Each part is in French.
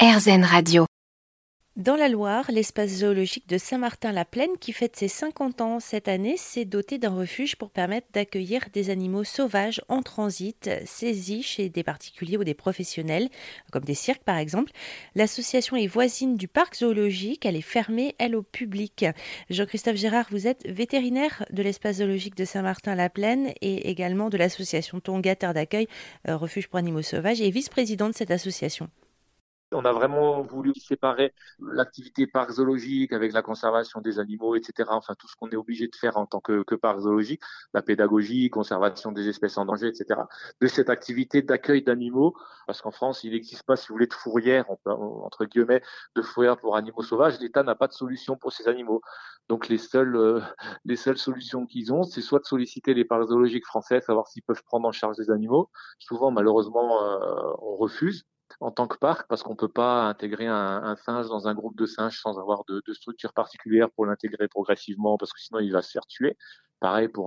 RZN Radio. Dans la Loire, l'espace zoologique de Saint-Martin-la-Plaine, qui fête ses 50 ans cette année, s'est doté d'un refuge pour permettre d'accueillir des animaux sauvages en transit, saisis chez des particuliers ou des professionnels, comme des cirques par exemple. L'association est voisine du parc zoologique, elle est fermée, elle, au public. Jean-Christophe Girard, vous êtes vétérinaire de l'espace zoologique de Saint-Martin-la-Plaine et également de l'association Tonga Terre d'accueil, refuge pour animaux sauvages, et vice-président de cette association. On a vraiment voulu séparer l'activité parc zoologique avec la conservation des animaux, etc. Enfin, tout ce qu'on est obligé de faire en tant que parc zoologique, la pédagogie, conservation des espèces en danger, etc. De cette activité d'accueil d'animaux, parce qu'en France, il n'existe pas, si vous voulez, de fourrière, entre guillemets, de fourrière pour animaux sauvages. L'État n'a pas de solution pour ces animaux. Donc, les seules solutions qu'ils ont, c'est soit de solliciter les parcs zoologiques français, savoir s'ils peuvent prendre en charge des animaux. Souvent, malheureusement, on refuse en tant que parc, parce qu'on peut pas intégrer un singe dans un groupe de singes sans avoir de structure particulière pour l'intégrer progressivement, parce que sinon il va se faire tuer. Pareil pour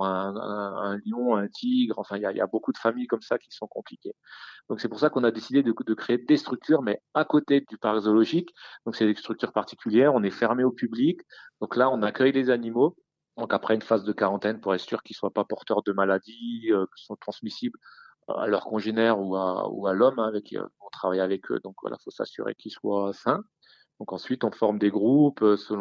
un lion, un tigre, enfin il y a beaucoup de familles comme ça qui sont compliquées. Donc c'est pour ça qu'on a décidé de créer des structures, mais à côté du parc zoologique. Donc c'est des structures particulières, on est fermé au public. Donc là on accueille les animaux. Donc après une phase de quarantaine pour être sûr qu'ils soient pas porteurs de maladies qui sont transmissibles à leurs congénères ou à l'homme avec qui on travaille avec eux. Donc voilà, faut s'assurer qu'ils soient sains. Donc ensuite, on forme des groupes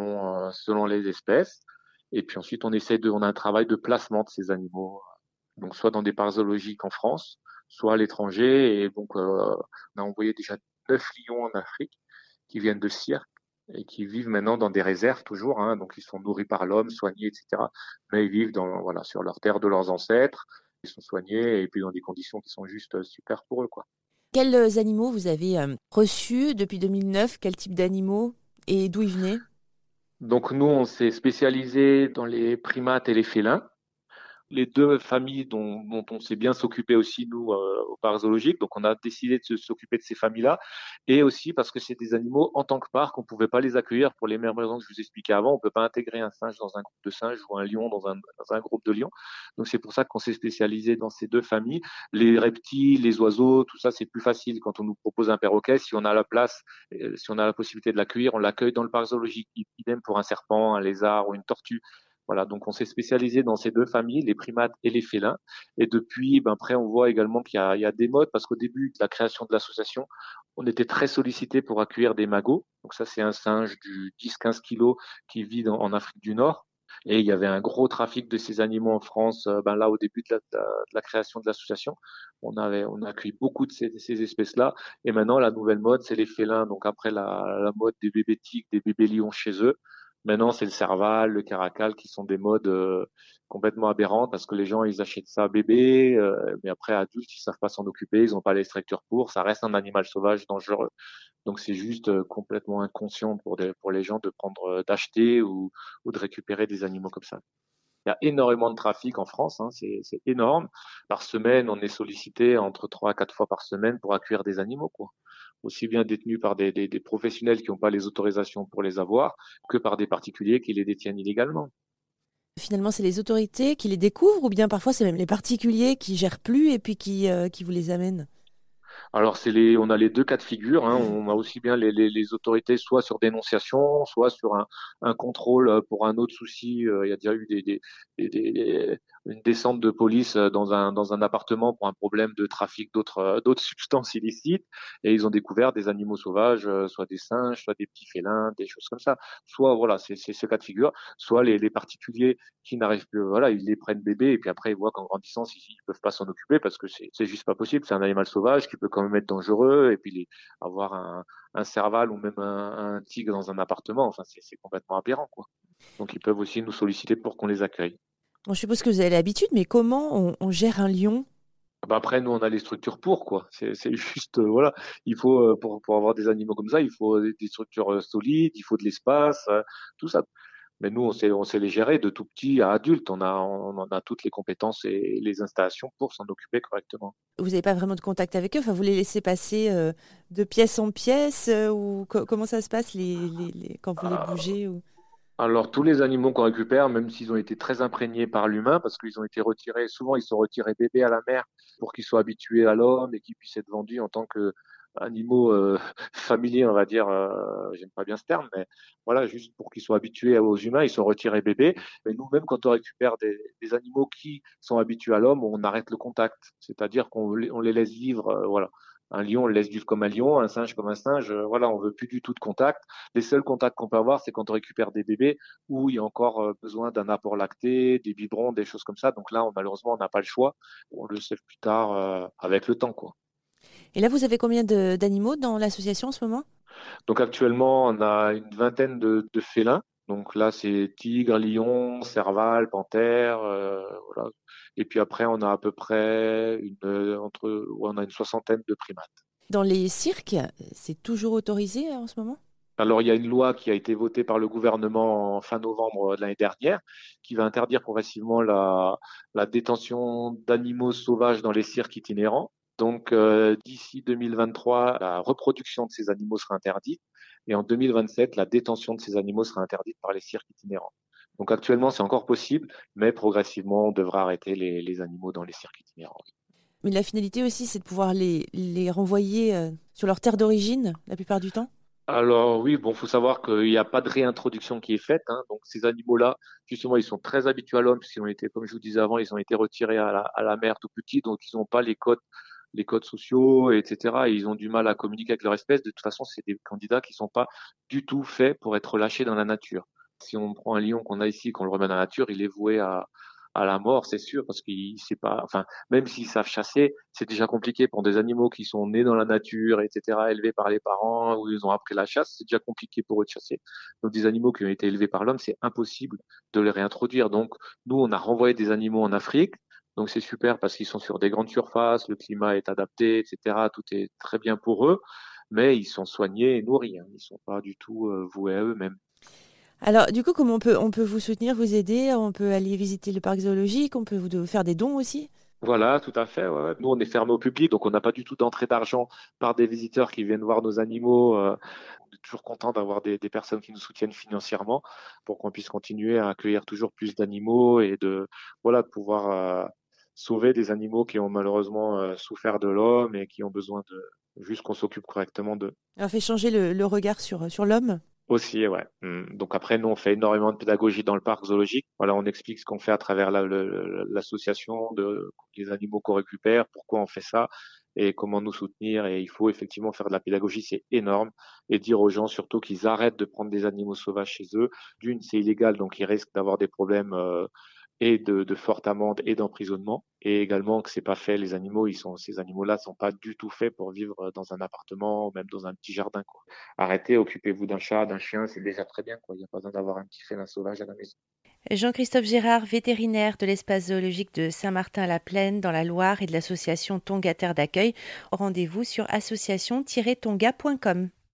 selon les espèces. Et puis ensuite, on a un travail de placement de ces animaux. Donc soit dans des parcs zoologiques en France, soit à l'étranger. Et donc on a envoyé déjà 9 lions en Afrique qui viennent de cirque et qui vivent maintenant dans des réserves toujours. Donc ils sont nourris par l'homme, soignés, etc. Mais ils vivent sur leur terre de leurs ancêtres. Ils sont soignés et puis dans des conditions qui sont juste super pour eux, quoi. Quels animaux vous avez reçus depuis 2009? Quel type d'animaux et d'où ils venaient? Donc nous, on s'est spécialisé dans les primates et les félins. Les deux familles dont on s'est bien s'occuper aussi, nous, au parc zoologique. Donc, on a décidé de s'occuper de ces familles-là. Et aussi parce que c'est des animaux, en tant que parc, on ne pouvait pas les accueillir pour les mêmes raisons que je vous expliquais avant. On ne peut pas intégrer un singe dans un groupe de singes ou un lion dans un groupe de lions. Donc, c'est pour ça qu'on s'est spécialisé dans ces deux familles. Les reptiles, les oiseaux, tout ça, c'est plus facile quand on nous propose un perroquet. Si on a la place, si on a la possibilité de l'accueillir, on l'accueille dans le parc zoologique. Idem pour un serpent, un lézard ou une tortue. Voilà, donc on s'est spécialisé dans ces deux familles, les primates et les félins. Et depuis, après, on voit également qu'il y a des modes, parce qu'au début de la création de l'association, on était très sollicité pour accueillir des magos. Donc ça, c'est un singe du 10-15 kilos qui vit en Afrique du Nord. Et il y avait un gros trafic de ces animaux en France. Là, au début de la création de l'association, on a accueilli beaucoup de ces espèces-là. Et maintenant, la nouvelle mode, c'est les félins. Donc après la mode des bébés tigres, des bébés lions chez eux. Maintenant, c'est le Serval, le Caracal qui sont des modes complètement aberrants parce que les gens, ils achètent ça bébé, mais après, adultes, ils savent pas s'en occuper, ils n'ont pas les structures pour. Ça reste un animal sauvage dangereux. Donc, c'est juste complètement inconscient pour les gens de d'acheter ou de récupérer des animaux comme ça. Il y a énormément de trafic en France, c'est énorme. Par semaine, on est sollicité entre 3 à 4 fois par semaine pour accueillir des animaux, quoi. Aussi bien détenus par des professionnels qui n'ont pas les autorisations pour les avoir, que par des particuliers qui les détiennent illégalement. Finalement, c'est les autorités qui les découvrent ou bien parfois c'est même les particuliers qui gèrent plus et puis qui vous les amènent? Alors on a les deux cas de figure. On a aussi bien les autorités, soit sur dénonciation, soit sur un contrôle pour un autre souci. Il y a déjà eu une descente de police dans un appartement pour un problème de trafic d'autres substances illicites, et ils ont découvert des animaux sauvages, soit des singes, soit des petits félins, des choses comme ça. Soit voilà, c'est ce cas de figure. Soit les particuliers qui n'arrivent plus, voilà, ils les prennent bébés et puis après ils voient qu'en grandissant, ils peuvent pas s'en occuper parce que c'est juste pas possible. C'est un animal sauvage qui peut quand même être dangereux et puis avoir un serval ou même un tigre dans un appartement, enfin c'est complètement aberrant, quoi. Donc ils peuvent aussi nous solliciter pour qu'on les accueille. Bon, je suppose que vous avez l'habitude, mais comment on gère un lion? Après, nous, on a les structures pour, quoi. C'est juste, voilà. Il faut, pour avoir des animaux comme ça, il faut des structures solides, il faut de l'espace, tout ça. Mais nous, on sait les gérer de tout petit à adulte. On en a toutes les compétences et les installations pour s'en occuper correctement. Vous n'avez pas vraiment de contact avec eux? Enfin, vous les laissez passer de pièce en pièce ou comment ça se passe quand vous les bougez ou... Alors, tous les animaux qu'on récupère, même s'ils ont été très imprégnés par l'humain, parce qu'ils ont été retirés, souvent ils sont retirés bébés à la mer pour qu'ils soient habitués à l'homme et qu'ils puissent être vendus en tant que animaux familiers, on va dire. J'aime pas bien ce terme, mais voilà, juste pour qu'ils soient habitués aux humains, ils sont retirés bébés. Mais nous, même quand on récupère des animaux qui sont habitués à l'homme, on arrête le contact, c'est-à-dire on les laisse vivre, voilà. Un lion, on le laisse vivre comme un lion, un singe comme un singe. Voilà, on veut plus du tout de contact. Les seuls contacts qu'on peut avoir, c'est quand on récupère des bébés où il y a encore besoin d'un apport lacté, des biberons, des choses comme ça. Donc là, malheureusement, on n'a pas le choix. On le sait plus tard avec le temps, quoi. Et là, vous avez combien d'animaux dans l'association en ce moment? Donc actuellement, on a une vingtaine de félins. Donc là, c'est tigre, lion, serval, panthère, voilà. Et puis après, on a à peu près on a une soixantaine de primates. Dans les cirques, c'est toujours autorisé en ce moment? Alors, il y a une loi qui a été votée par le gouvernement en fin novembre de l'année dernière qui va interdire progressivement la détention d'animaux sauvages dans les cirques itinérants. Donc, d'ici 2023, la reproduction de ces animaux sera interdite et en 2027, la détention de ces animaux sera interdite par les cirques itinérants. Donc, actuellement, c'est encore possible, mais progressivement, on devra arrêter les animaux dans les cirques itinérants. Mais la finalité aussi, c'est de pouvoir les renvoyer sur leur terre d'origine la plupart du temps? Alors oui, bon, faut savoir qu'il n'y a pas de réintroduction qui est faite, hein. Donc ces animaux-là, justement, ils sont très habitués à l'homme puisqu'ils ont été, comme je vous disais avant, ils ont été retirés à la mer tout petits, donc ils n'ont pas les codes sociaux, etc. Et ils ont du mal à communiquer avec leur espèce. De toute façon, c'est des candidats qui sont pas du tout faits pour être lâchés dans la nature. Si on prend un lion qu'on a ici, qu'on le remet dans la nature, il est voué à la mort, c'est sûr, parce qu'il sait pas, enfin, même s'ils savent chasser, c'est déjà compliqué pour des animaux qui sont nés dans la nature, etc., élevés par les parents, où ils ont appris la chasse, c'est déjà compliqué pour eux de chasser. Donc, des animaux qui ont été élevés par l'homme, c'est impossible de les réintroduire. Donc, nous, on a renvoyé des animaux en Afrique. Donc, c'est super parce qu'ils sont sur des grandes surfaces, le climat est adapté, etc., tout est très bien pour eux, mais ils sont soignés et nourris, hein. Ils sont pas du tout voués à eux-mêmes. Alors, du coup, comment on peut vous soutenir, vous aider? On peut aller visiter le parc zoologique, on peut vous faire des dons aussi? Voilà, tout à fait. Ouais, ouais. Nous, on est fermé au public, donc on n'a pas du tout d'entrée d'argent par des visiteurs qui viennent voir nos animaux. On est toujours content d'avoir des personnes qui nous soutiennent financièrement pour qu'on puisse continuer à accueillir toujours plus d'animaux et voilà, de pouvoir sauver des animaux qui ont malheureusement souffert de l'homme et qui ont besoin de juste qu'on s'occupe correctement d'eux. On fait changer le regard sur l'homme. Aussi, ouais. Donc après, nous, on fait énormément de pédagogie dans le parc zoologique. Voilà, on explique ce qu'on fait à travers l'association de les animaux qu'on récupère, pourquoi on fait ça et comment nous soutenir. Et il faut effectivement faire de la pédagogie, c'est énorme. Et dire aux gens surtout qu'ils arrêtent de prendre des animaux sauvages chez eux. D'une, c'est illégal, donc ils risquent d'avoir des problèmes et de fortes amendes et d'emprisonnement. Et également que c'est pas fait, ces animaux-là sont pas du tout faits pour vivre dans un appartement ou même dans un petit jardin, quoi. Arrêtez, occupez-vous d'un chat, d'un chien, c'est déjà très bien, quoi. Il n'y a pas besoin d'avoir un petit félin sauvage à la maison. Jean-Christophe Gérard, vétérinaire de l'espace zoologique de Saint-Martin-la-Plaine dans la Loire et de l'association Tonga Terre d'accueil. Rendez-vous sur association-tonga.com.